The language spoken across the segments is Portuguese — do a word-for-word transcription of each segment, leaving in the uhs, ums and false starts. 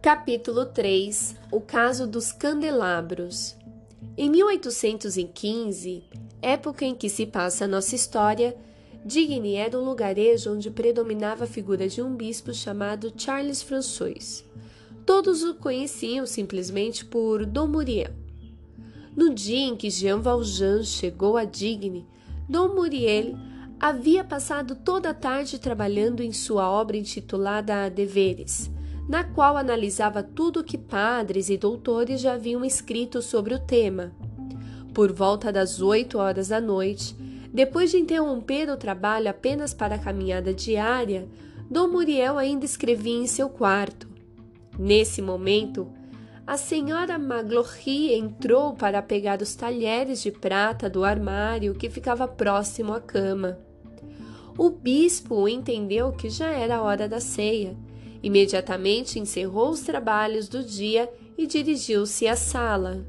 Capítulo três. O caso dos candelabros. Em mil oitocentos e quinze, época em que se passa a nossa história, Digne era um lugarejo onde predominava a figura de um bispo chamado Charles François. Todos o conheciam simplesmente por Dom Muriel. No dia em que Jean Valjean chegou a Digne, Dom Muriel havia passado toda a tarde trabalhando em sua obra intitulada Deveres, na qual analisava tudo o que padres e doutores já haviam escrito sobre o tema. Por volta das oito horas da noite, depois de interromper o trabalho apenas para a caminhada diária, Dom Muriel ainda escrevia em seu quarto. Nesse momento, a senhora Magloire entrou para pegar os talheres de prata do armário que ficava próximo à cama. O bispo entendeu que já era a hora da ceia. Imediatamente encerrou os trabalhos do dia e dirigiu-se à sala.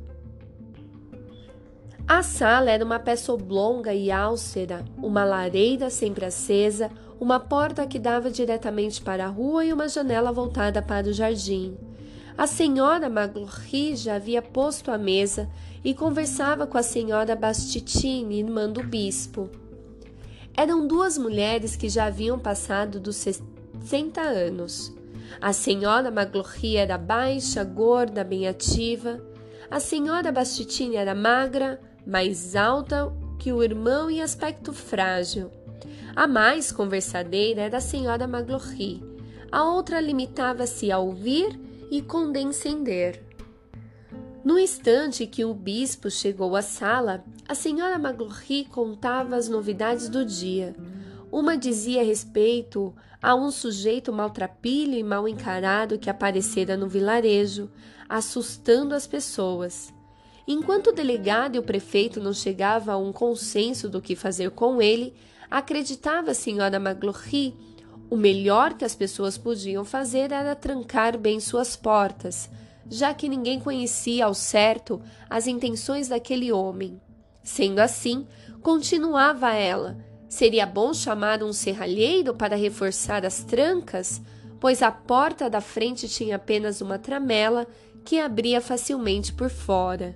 A sala era uma peça oblonga e áustera, uma lareira sempre acesa, uma porta que dava diretamente para a rua e uma janela voltada para o jardim. A senhora Magloire já havia posto a mesa e conversava com a senhora Bastitine, irmã do bispo. Eram duas mulheres que já haviam passado dos sessenta anos. A senhora Magloire era baixa, gorda, bem ativa. A senhora Bastitine era magra, mais alta que o irmão e aspecto frágil. A mais conversadeira era a senhora Magloire. A outra limitava-se a ouvir e condescender. No instante que o bispo chegou à sala, a senhora Magloire contava as novidades do dia. Uma dizia respeito a um sujeito maltrapilho e mal encarado que aparecera no vilarejo, assustando as pessoas. Enquanto o delegado e o prefeito não chegavam a um consenso do que fazer com ele, acreditava a senhora Magloire o melhor que as pessoas podiam fazer era trancar bem suas portas, já que ninguém conhecia ao certo as intenções daquele homem. Sendo assim, continuava ela, seria bom chamar um serralheiro para reforçar as trancas, pois a porta da frente tinha apenas uma tramela que abria facilmente por fora.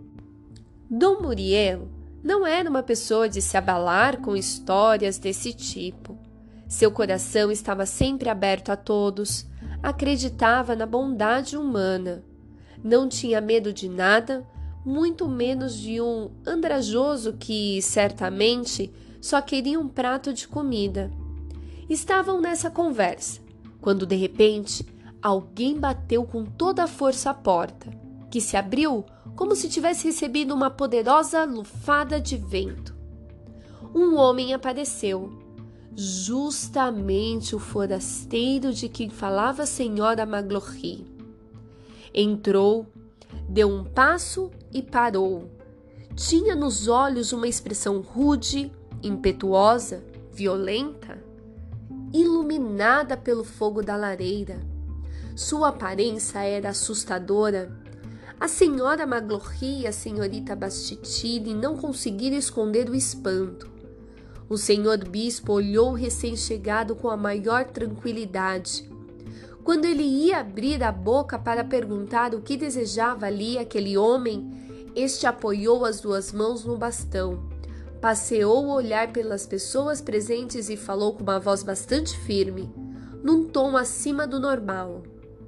Dom Muriel não era uma pessoa de se abalar com histórias desse tipo. Seu coração estava sempre aberto a todos, acreditava na bondade humana. Não tinha medo de nada, muito menos de um andrajoso que, certamente, só queria um prato de comida. Estavam nessa conversa, quando de repente alguém bateu com toda a força à porta, que se abriu como se tivesse recebido uma poderosa lufada de vento. Um homem apareceu, justamente o forasteiro de quem falava a senhora Magloire. Entrou, deu um passo e parou. Tinha nos olhos uma expressão rude, impetuosa, violenta, iluminada pelo fogo da lareira. Sua aparência era assustadora. A senhora Magloire e a senhorita Bastitine não conseguiram esconder o espanto. O senhor bispo olhou o recém-chegado com a maior tranquilidade. Quando ele ia abrir a boca para perguntar o que desejava ali aquele homem, este apoiou as duas mãos no bastão, passeou o olhar pelas pessoas presentes e falou com uma voz bastante firme, num tom acima do normal.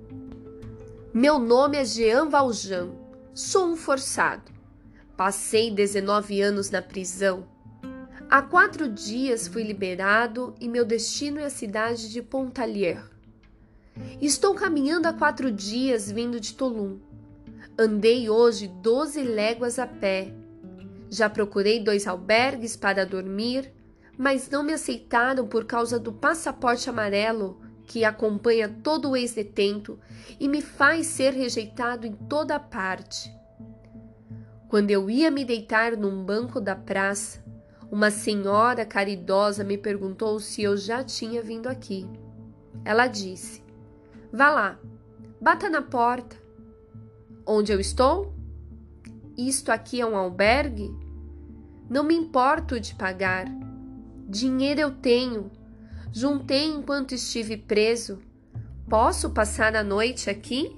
Meu nome é Jean Valjean. Sou um forçado. Passei dezenove anos na prisão. Há quatro dias fui liberado e meu destino é a cidade de Pontarlier. Estou caminhando há quatro dias vindo de Toulon. Andei hoje doze léguas a pé. Já procurei dois albergues para dormir, mas não me aceitaram por causa do passaporte amarelo que acompanha todo o ex-detento e me faz ser rejeitado em toda parte. Quando eu ia me deitar num banco da praça, uma senhora caridosa me perguntou se eu já tinha vindo aqui. Ela disse: vá lá, bata na porta. Onde eu estou? Isto aqui é um albergue? Não me importo de pagar. Dinheiro eu tenho. Juntei enquanto estive preso. posso passar a noite aqui?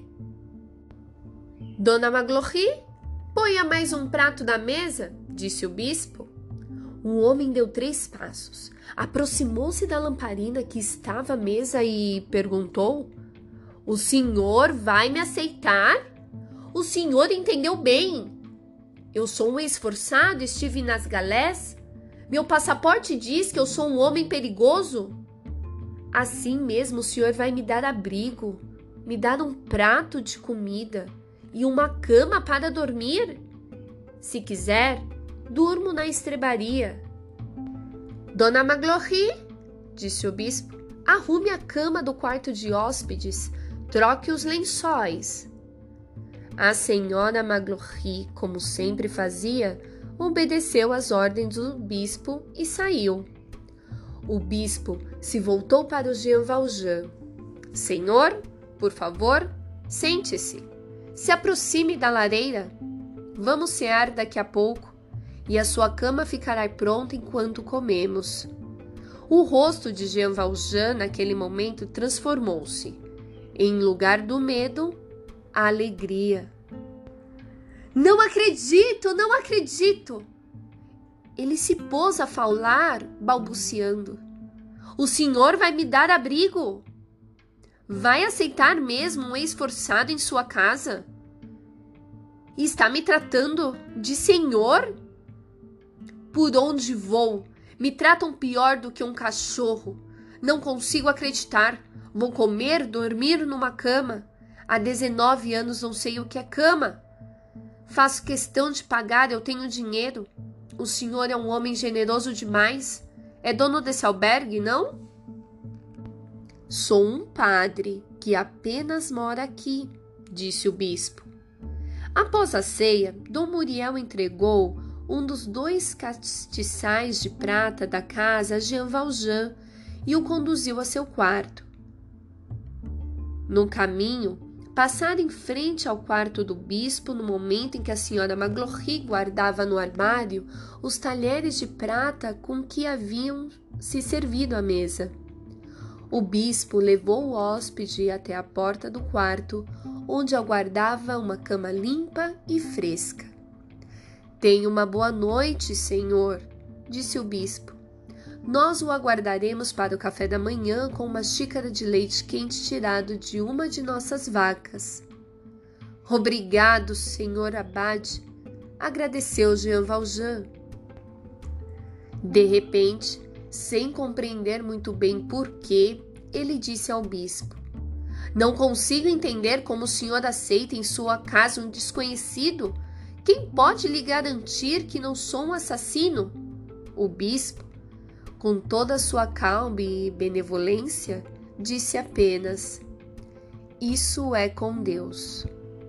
Dona Magloire, ponha mais um prato na mesa, disse o bispo. O homem deu três passos, aproximou-se da lamparina que estava à mesa e perguntou: O senhor vai me aceitar? O senhor entendeu bem. Eu sou um esforçado, estive nas galés. Meu passaporte diz que eu sou um homem perigoso. Assim mesmo o senhor vai me dar abrigo, me dar um prato de comida e uma cama para dormir? Se quiser, durmo na estrebaria. Dona Magloire, disse o bispo, arrume a cama do quarto de hóspedes, troque os lençóis. A senhora Magloire, como sempre fazia, obedeceu às ordens do bispo e saiu. O bispo se voltou para o Jean Valjean. Senhor, por favor, sente-se. Se aproxime da lareira. Vamos cear daqui a pouco, e a sua cama ficará pronta enquanto comemos. O rosto de Jean Valjean naquele momento transformou-se. Em lugar do medo, a alegria. Não acredito, não acredito! Ele se pôs a falar, balbuciando. O senhor vai me dar abrigo? Vai aceitar mesmo um esforçado em sua casa? E está me tratando de senhor? Por onde vou, me tratam pior do que um cachorro. Não consigo acreditar. Vou comer, dormir numa cama. Há dezenove anos não sei o que é cama. Faço questão de pagar, eu tenho dinheiro. O senhor é um homem generoso demais. É dono desse albergue, não? Sou um padre que apenas mora aqui, disse o bispo. Após a ceia, Dom Muriel entregou um dos dois castiçais de prata da casa a Jean Valjean e o conduziu a seu quarto. No caminho, passaram em frente ao quarto do bispo no momento em que a senhora Magloire guardava no armário os talheres de prata com que haviam se servido à mesa. O bispo levou o hóspede até a porta do quarto, onde aguardava uma cama limpa e fresca. Tenha uma boa noite, senhor, disse o bispo. Nós o aguardaremos para o café da manhã com uma xícara de leite quente tirado de uma de nossas vacas. Obrigado, senhor abade, agradeceu Jean Valjean. De repente, sem compreender muito bem por quê, ele disse ao bispo: Não consigo entender como o senhor aceita em sua casa um desconhecido. Quem pode lhe garantir que não sou um assassino? O bispo, com toda a sua calma e benevolência, disse apenas: Isso é com Deus.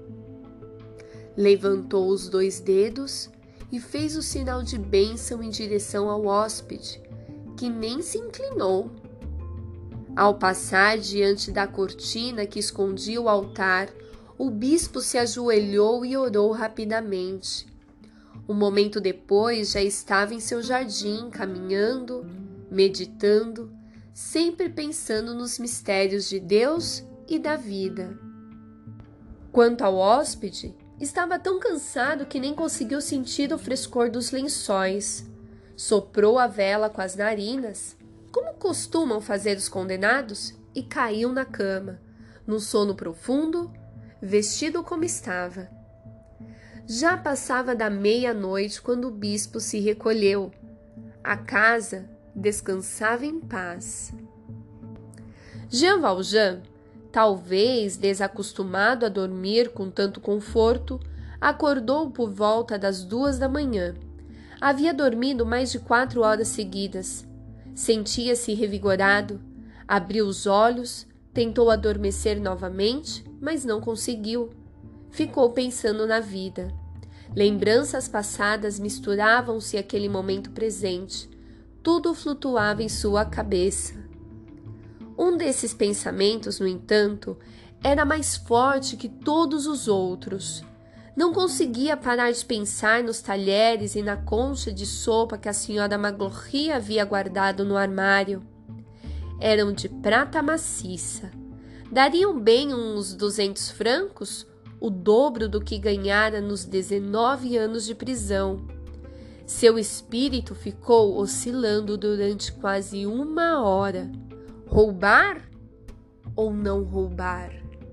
Levantou os dois dedos e fez o sinal de bênção em direção ao hóspede, que nem se inclinou. Ao passar diante da cortina que escondia o altar, o bispo se ajoelhou e orou rapidamente. Um momento depois já estava em seu jardim, caminhando, meditando, sempre pensando nos mistérios de Deus e da vida. Quanto ao hóspede, estava tão cansado que nem conseguiu sentir o frescor dos lençóis. Soprou a vela com as narinas, como costumam fazer os condenados, e caiu na cama, num sono profundo, vestido como estava. Já passava da meia-noite quando o bispo se recolheu. A casa descansava em paz. Jean Valjean, talvez desacostumado a dormir com tanto conforto, acordou por volta das duas da manhã. Havia dormido mais de quatro horas seguidas. Sentia-se revigorado, abriu os olhos, tentou adormecer novamente, mas não conseguiu. Ficou pensando na vida. Lembranças passadas misturavam-se àquele momento presente. Tudo flutuava em sua cabeça. Um desses pensamentos, no entanto, era mais forte que todos os outros. Não conseguia parar de pensar nos talheres e na concha de sopa que a senhora Magloire havia guardado no armário. Eram de prata maciça, Dariam bem uns duzentos francos, o dobro do que ganhara nos dezenove anos de prisão. Seu espírito ficou oscilando durante quase uma hora. Roubar ou não roubar?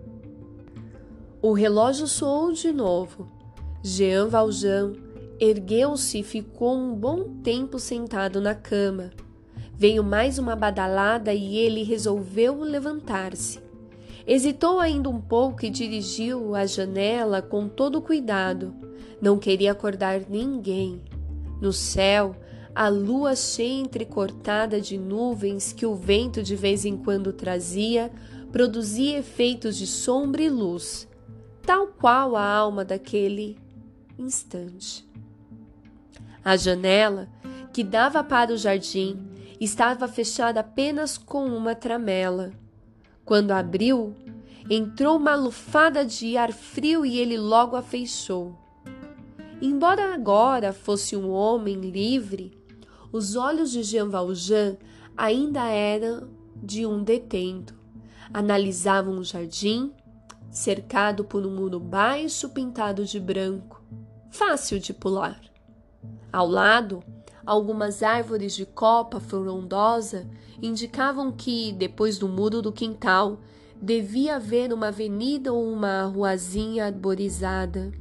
O relógio soou de novo. Jean Valjean ergueu-se e ficou um bom tempo sentado na cama. Veio mais uma badalada e ele resolveu levantar-se. Hesitou ainda um pouco e dirigiu à janela com todo cuidado. Não queria acordar ninguém. No céu, a lua cheia entrecortada de nuvens que o vento de vez em quando trazia, produzia efeitos de sombra e luz, tal qual a alma daquele instante. A janela, que dava para o jardim, estava fechada apenas com uma tramela. Quando abriu, entrou uma lufada de ar frio e ele logo a fechou. Embora agora fosse um homem livre, os olhos de Jean Valjean ainda eram de um detento. Analisavam o jardim, cercado por um muro baixo pintado de branco, fácil de pular. Ao lado, algumas árvores de copa frondosa indicavam que, depois do muro do quintal, devia haver uma avenida ou uma ruazinha arborizada.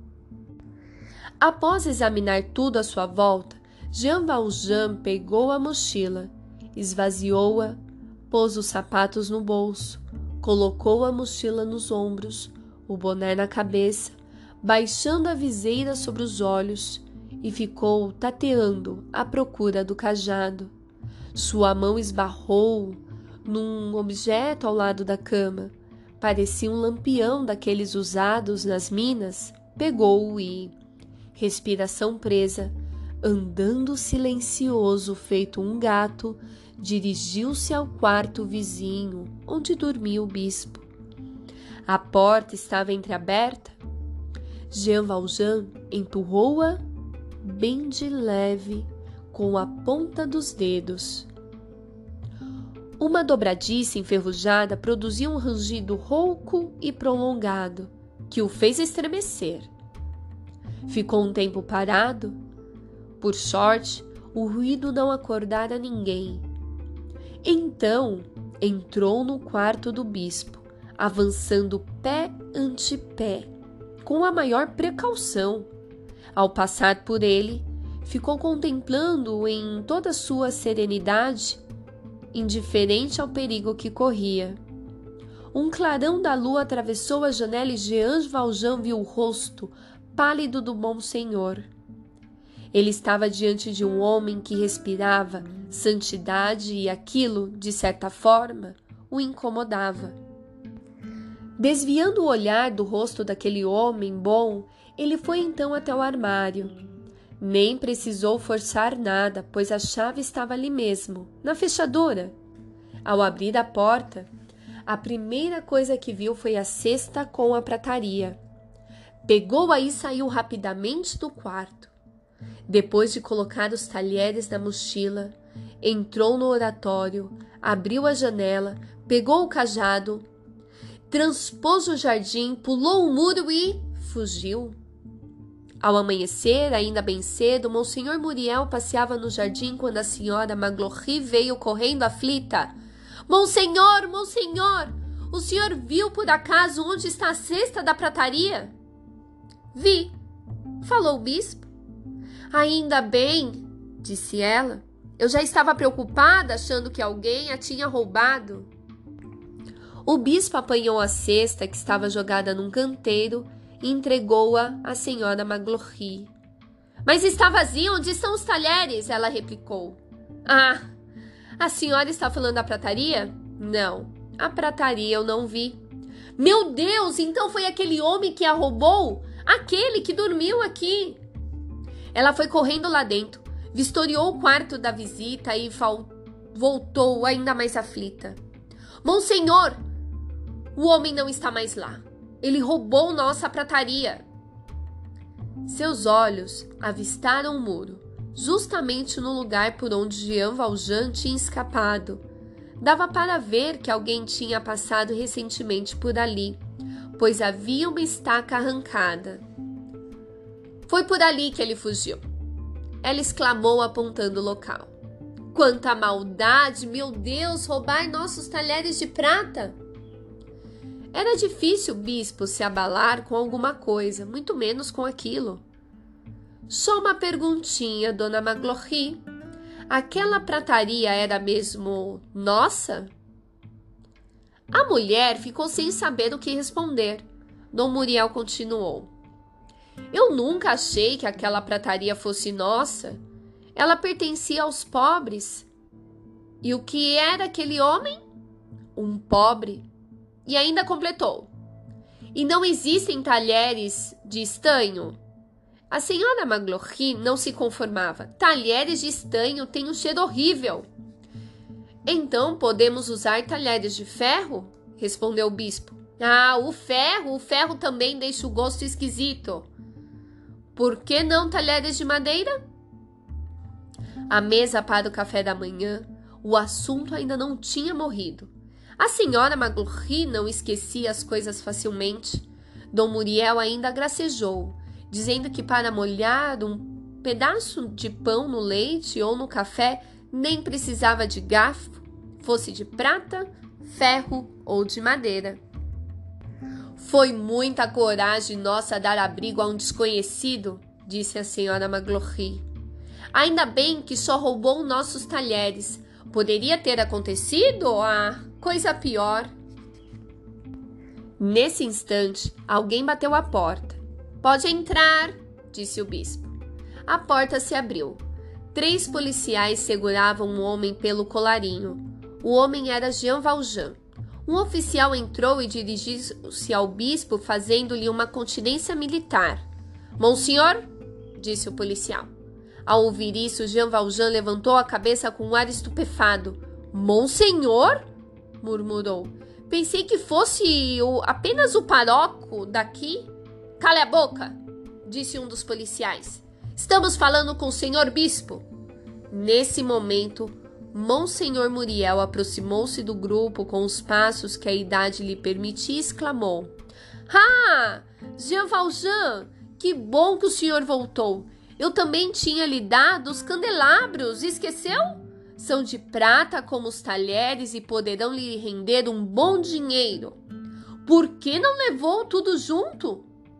Após examinar tudo à sua volta, Jean Valjean pegou a mochila, esvaziou-a, pôs os sapatos no bolso, colocou a mochila nos ombros, o boné na cabeça, baixando a viseira sobre os olhos, e ficou tateando à procura do cajado. Sua mão esbarrou num objeto ao lado da cama. Parecia um lampião daqueles usados nas minas. Pegou-o e, respiração presa, andando silencioso feito um gato, dirigiu-se ao quarto vizinho, onde dormia o bispo. A porta estava entreaberta. Jean Valjean empurrou-a bem de leve com a ponta dos dedos. Uma dobradiça enferrujada produzia um rangido rouco e prolongado, que o fez estremecer. Ficou um tempo parado. Por sorte, o ruído não acordara ninguém. Então, entrou no quarto do bispo, avançando pé ante pé, com a maior precaução. Ao passar por ele, ficou contemplando-o em toda a sua serenidade, indiferente ao perigo que corria. Um clarão da lua atravessou a janela e Jean Valjean viu o rosto pálido do Monsenhor. Ele estava diante de um homem que respirava santidade e aquilo, de certa forma, o incomodava. Desviando o olhar do rosto daquele homem bom, ele foi então até o armário. Nem precisou forçar nada, pois a chave estava ali mesmo, na fechadura. Ao abrir a porta, a primeira coisa que viu foi a cesta com a prataria. Pegou-a e saiu rapidamente do quarto. Depois de colocar os talheres na mochila, entrou no oratório, abriu a janela, pegou o cajado, transpôs o jardim, pulou o muro e fugiu. Ao amanhecer, ainda bem cedo, Monsenhor Muriel passeava no jardim quando a senhora Magloire veio correndo aflita. — Monsenhor, Monsenhor, o senhor viu por acaso onde está a cesta da prataria? — Vi, falou o bispo. — Ainda bem, disse ela. Eu já estava preocupada, achando que alguém a tinha roubado. O bispo apanhou a cesta que estava jogada num canteiro e entregou-a à senhora Magloire. — Mas está vazia, onde estão os talheres? Ela replicou. — Ah, a senhora está falando da prataria? — Não, a prataria eu não vi. — Meu Deus, então foi aquele homem que a roubou? Aquele que dormiu aqui. Ela foi correndo lá dentro, vistoriou o quarto da visita e voltou ainda mais aflita. — Monsenhor, o homem não está mais lá. Ele roubou nossa prataria. Seus olhos avistaram o muro, justamente no lugar por onde Jean Valjean tinha escapado. Dava para ver que alguém tinha passado recentemente por ali, pois havia uma estaca arrancada. Foi por ali que ele fugiu. Ela exclamou apontando o local. Quanta maldade, meu Deus, roubar nossos talheres de prata! Era difícil o bispo se abalar com alguma coisa, muito menos com aquilo. Só uma perguntinha, dona Magloire. Aquela prataria era mesmo nossa? A mulher ficou sem saber o que responder. Dom Muriel continuou. Eu nunca achei que aquela prataria fosse nossa. Ela pertencia aos pobres. E o que era aquele homem? Um pobre. E ainda completou. E não existem talheres de estanho? A senhora Magloire não se conformava. Talheres de estanho têm um cheiro horrível. Então podemos usar talheres de ferro? Respondeu o bispo. Ah, o ferro, o ferro também deixa o gosto esquisito. Por que não talheres de madeira? A mesa para o café da manhã, o assunto ainda não tinha morrido. A senhora Magloire não esquecia as coisas facilmente. Dom Muriel ainda gracejou, dizendo que para molhar um pedaço de pão no leite ou no café nem precisava de garfo, fosse de prata, ferro ou de madeira. Foi muita coragem nossa dar abrigo a um desconhecido, disse a senhora Magloire. Ainda bem que só roubou nossos talheres. Poderia ter acontecido a coisa pior. Nesse instante, alguém bateu à porta. Pode entrar, disse o bispo. A porta se abriu. Três policiais seguravam um homem pelo colarinho. O homem era Jean Valjean. Um oficial entrou e dirigiu-se ao bispo, fazendo-lhe uma continência militar. Monsenhor, disse o policial. Ao ouvir isso, Jean Valjean levantou a cabeça com um ar estupefado. Monsenhor? Murmurou. Pensei que fosse o, apenas o paróquio daqui. Cale a boca, disse um dos policiais. Estamos falando com o senhor bispo. Nesse momento, Monsenhor Muriel aproximou-se do grupo com os passos que a idade lhe permitia e exclamou. Ah, Jean Valjean, que bom que o senhor voltou. Eu também tinha lhe dado os candelabros, esqueceu? São de prata como os talheres e poderão lhe render um bom dinheiro. Por que não levou tudo junto?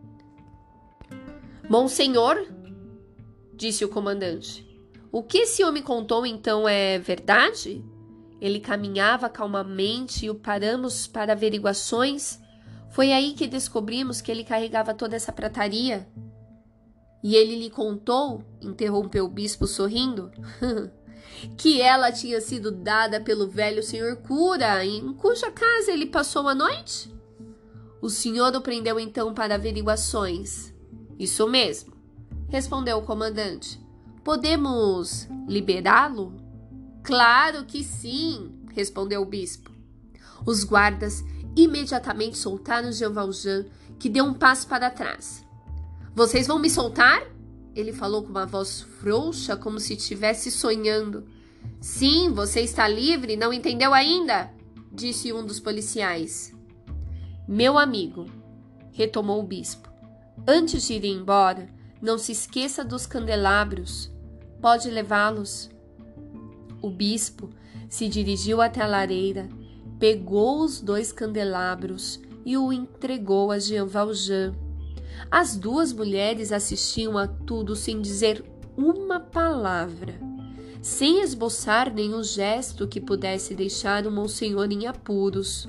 Monsenhor, disse o comandante, o que esse homem contou então é verdade? Ele caminhava calmamente e o paramos para averiguações. Foi aí que descobrimos que ele carregava toda essa prataria. E ele lhe contou, interrompeu o bispo sorrindo, que ela tinha sido dada pelo velho senhor cura, em cuja casa ele passou a noite? O senhor o prendeu então para averiguações. Isso mesmo, respondeu o comandante. Podemos liberá-lo? Claro que sim, respondeu o bispo. Os guardas imediatamente soltaram Jean Valjean, que deu um passo para trás. Vocês vão me soltar? Ele falou com uma voz frouxa, como se estivesse sonhando. Sim, você está livre, não entendeu ainda? Disse um dos policiais. Meu amigo, retomou o bispo, antes de ir embora, não se esqueça dos candelabros. Pode levá-los. O bispo se dirigiu até a lareira, pegou os dois candelabros e o entregou a Jean Valjean. As duas mulheres assistiam a tudo sem dizer uma palavra, sem esboçar nenhum gesto que pudesse deixar o monsenhor em apuros.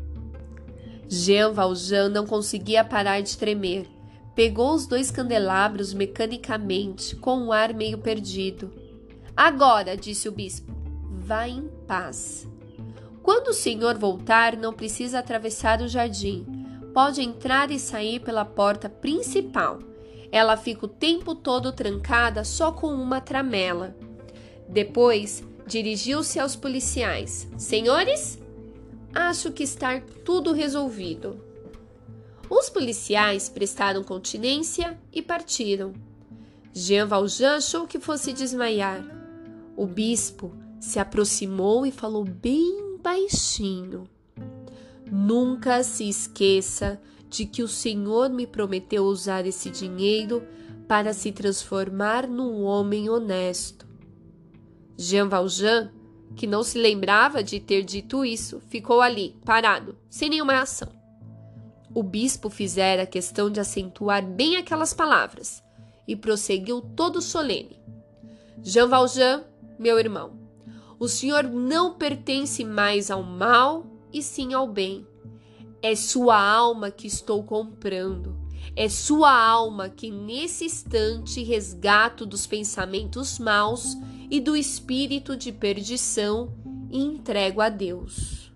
Jean Valjean não conseguia parar de tremer. Pegou os dois candelabros mecanicamente, com um ar meio perdido. Agora, disse o bispo, vá em paz. Quando o senhor voltar, não precisa atravessar o jardim. Pode entrar e sair pela porta principal. Ela fica o tempo todo trancada só com uma tramela. Depois, dirigiu-se aos policiais. Senhores, acho que está tudo resolvido. Os policiais prestaram continência e partiram. Jean Valjean achou que fosse desmaiar. O bispo se aproximou e falou bem baixinho: nunca se esqueça de que o Senhor me prometeu usar esse dinheiro para se transformar num homem honesto. Jean Valjean, que não se lembrava de ter dito isso, ficou ali, parado, sem nenhuma ação. O bispo fizera questão de acentuar bem aquelas palavras e prosseguiu todo solene: Jean Valjean, meu irmão, o senhor não pertence mais ao mal e sim ao bem. É sua alma que estou comprando. É sua alma que nesse instante resgato dos pensamentos maus e do espírito de perdição e entrego a Deus.